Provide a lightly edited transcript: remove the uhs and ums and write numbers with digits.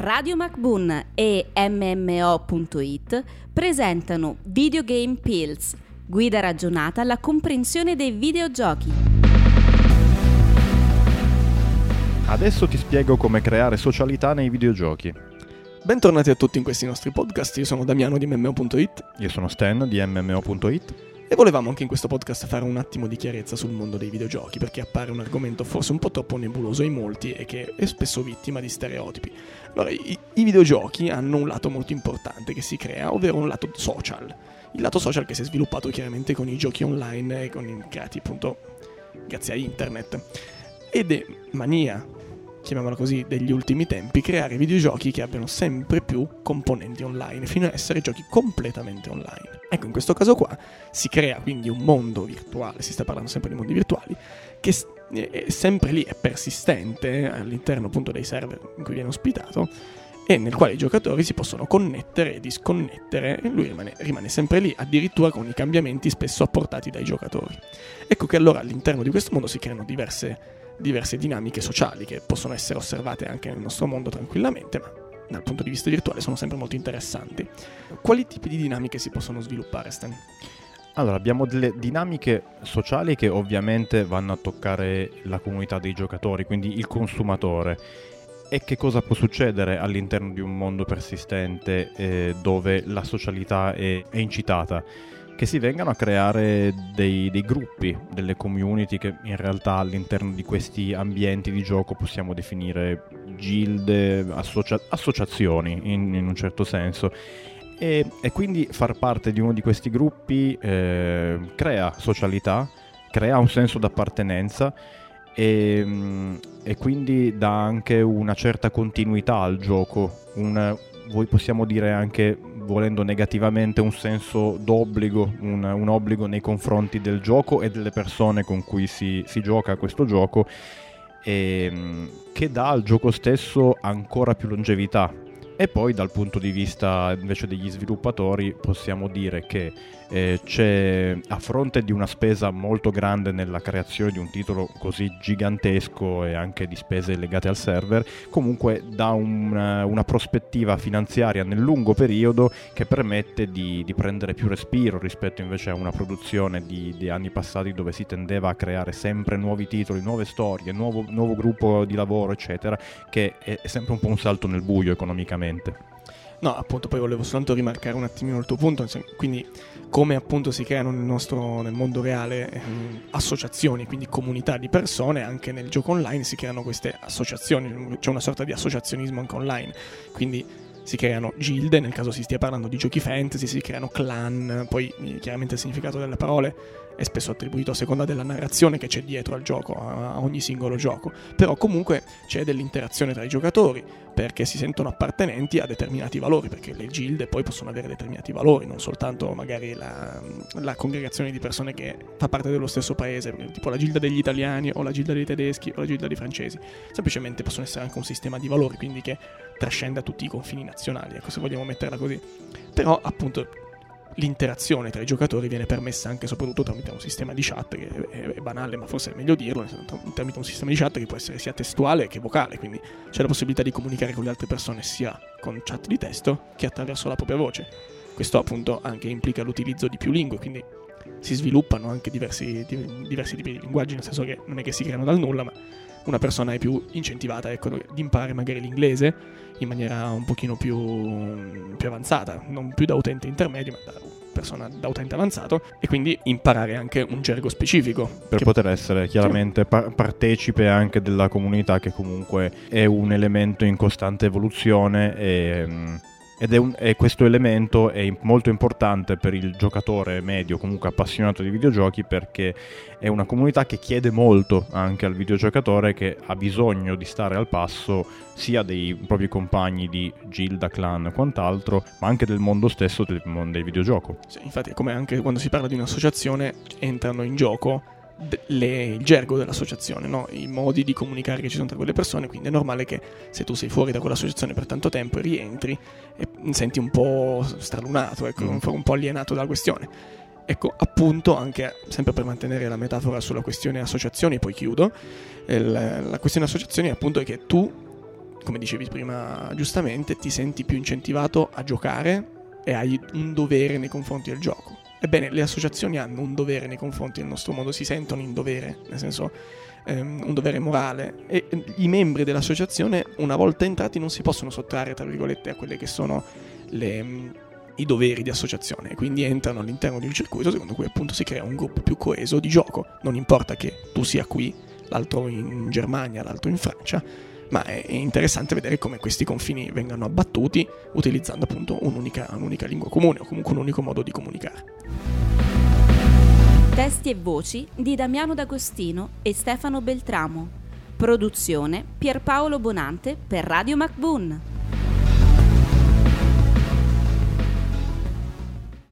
Radio MacBoon e MMO.it presentano Videogame Pills, guida ragionata alla comprensione dei videogiochi. Adesso ti spiego come creare socialità nei videogiochi. Bentornati a tutti in questi nostri podcast, io sono Damiano di MMO.it. Io sono Stan di MMO.it. E volevamo anche in questo podcast fare un attimo di chiarezza sul mondo dei videogiochi, perché appare un argomento forse un po' troppo nebuloso ai molti e che è spesso vittima di stereotipi. Allora, i videogiochi hanno un lato molto importante che si crea, ovvero un lato social. Il lato social che si è sviluppato chiaramente con i giochi online e con i creati appunto grazie a internet. Ed è mania, chiamiamola così, degli ultimi tempi, creare videogiochi che abbiano sempre più componenti online, fino a essere giochi completamente online. Ecco, in questo caso qua si crea quindi un mondo virtuale, si sta parlando sempre di mondi virtuali, che è sempre lì, è persistente all'interno appunto dei server in cui viene ospitato e nel quale i giocatori si possono connettere e disconnettere e lui rimane sempre lì, addirittura con i cambiamenti spesso apportati dai giocatori. Ecco che allora all'interno di questo mondo si creano diverse dinamiche sociali che possono essere osservate anche nel nostro mondo tranquillamente, ma dal punto di vista virtuale sono sempre molto interessanti. Quali tipi di dinamiche si possono sviluppare, Stan? Allora, abbiamo delle dinamiche sociali che ovviamente vanno a toccare la comunità dei giocatori, quindi il consumatore. E che cosa può succedere all'interno di un mondo persistente dove la socialità è incitata? Che si vengano a creare dei gruppi, delle community che in realtà all'interno di questi ambienti di gioco possiamo definire gilde, associazioni in un certo senso. E quindi far parte di uno di questi gruppi crea socialità, crea un senso d'appartenenza e quindi dà anche una certa continuità al gioco, voi possiamo dire anche, volendo negativamente, un senso d'obbligo, un obbligo nei confronti del gioco e delle persone con cui si gioca a questo gioco, che dà al gioco stesso ancora più longevità. E poi dal punto di vista invece degli sviluppatori possiamo dire che c'è, a fronte di una spesa molto grande nella creazione di un titolo così gigantesco e anche di spese legate al server, comunque dà una prospettiva finanziaria nel lungo periodo che permette di prendere più respiro rispetto invece a una produzione di anni passati dove si tendeva a creare sempre nuovi titoli, nuove storie, nuovo gruppo di lavoro eccetera, che è sempre un po' un salto nel buio economicamente. No, appunto, poi volevo soltanto rimarcare un attimino il tuo punto, quindi come appunto si creano nel mondo reale associazioni, quindi comunità di persone, anche nel gioco online si creano queste associazioni, c'è una sorta di associazionismo anche online, quindi si creano gilde, nel caso si stia parlando di giochi fantasy, si creano clan, poi chiaramente il significato delle parole è spesso attribuito a seconda della narrazione che c'è dietro al gioco, a ogni singolo gioco, però comunque c'è dell'interazione tra i giocatori perché si sentono appartenenti a determinati valori, perché le gilde poi possono avere determinati valori, non soltanto magari la congregazione di persone che fa parte dello stesso paese, tipo la gilda degli italiani o la gilda dei tedeschi o la gilda dei francesi, semplicemente possono essere anche un sistema di valori, quindi che trascende a tutti i confini nazionali, ecco, se vogliamo metterla così. Però appunto l'interazione tra i giocatori viene permessa anche e soprattutto tramite un sistema di chat che è banale, ma forse è meglio dirlo, tramite un sistema di chat che può essere sia testuale che vocale, quindi c'è la possibilità di comunicare con le altre persone sia con chat di testo che attraverso la propria voce. Questo appunto anche implica l'utilizzo di più lingue, quindi si sviluppano anche diversi tipi di linguaggi, nel senso che non è che si creano dal nulla, ma una persona è più incentivata, ecco, di imparare magari l'inglese in maniera un pochino più avanzata, non più da utente intermedio, ma da persona da utente avanzato, e quindi imparare anche un gergo specifico per poter essere chiaramente partecipe anche della comunità, che comunque è un elemento in costante evoluzione e questo elemento è molto importante per il giocatore medio, comunque appassionato di videogiochi, perché è una comunità che chiede molto anche al videogiocatore, che ha bisogno di stare al passo sia dei propri compagni di gilda, clan e quant'altro, ma anche del mondo stesso del videogioco. Sì, infatti, come anche quando si parla di un'associazione entrano in gioco il gergo dell'associazione, no? I modi di comunicare che ci sono tra quelle persone, quindi è normale che se tu sei fuori da quell'associazione per tanto tempo e rientri e senti un po' stralunato, ecco, un po' alienato dalla questione. Ecco, appunto, anche sempre per mantenere la metafora sulla questione associazioni, poi chiudo, la questione associazioni appunto è che tu come dicevi prima giustamente, ti senti più incentivato a giocare e hai un dovere nei confronti del gioco. Ebbene, le associazioni hanno un dovere nei confronti del nostro mondo, si sentono in dovere, nel senso un dovere morale, e i membri dell'associazione, una volta entrati, non si possono sottrarre, tra virgolette, a quelle che sono i doveri di associazione, e quindi entrano all'interno di un circuito secondo cui appunto si crea un gruppo più coeso di gioco. Non importa che tu sia qui, l'altro in Germania, l'altro in Francia, ma è interessante vedere come questi confini vengano abbattuti utilizzando appunto un'unica lingua comune, o comunque un unico modo di comunicare. Testi e voci di Damiano D'Agostino e Stefano Beltramo. Produzione Pierpaolo Bonante per Radio MacBoon.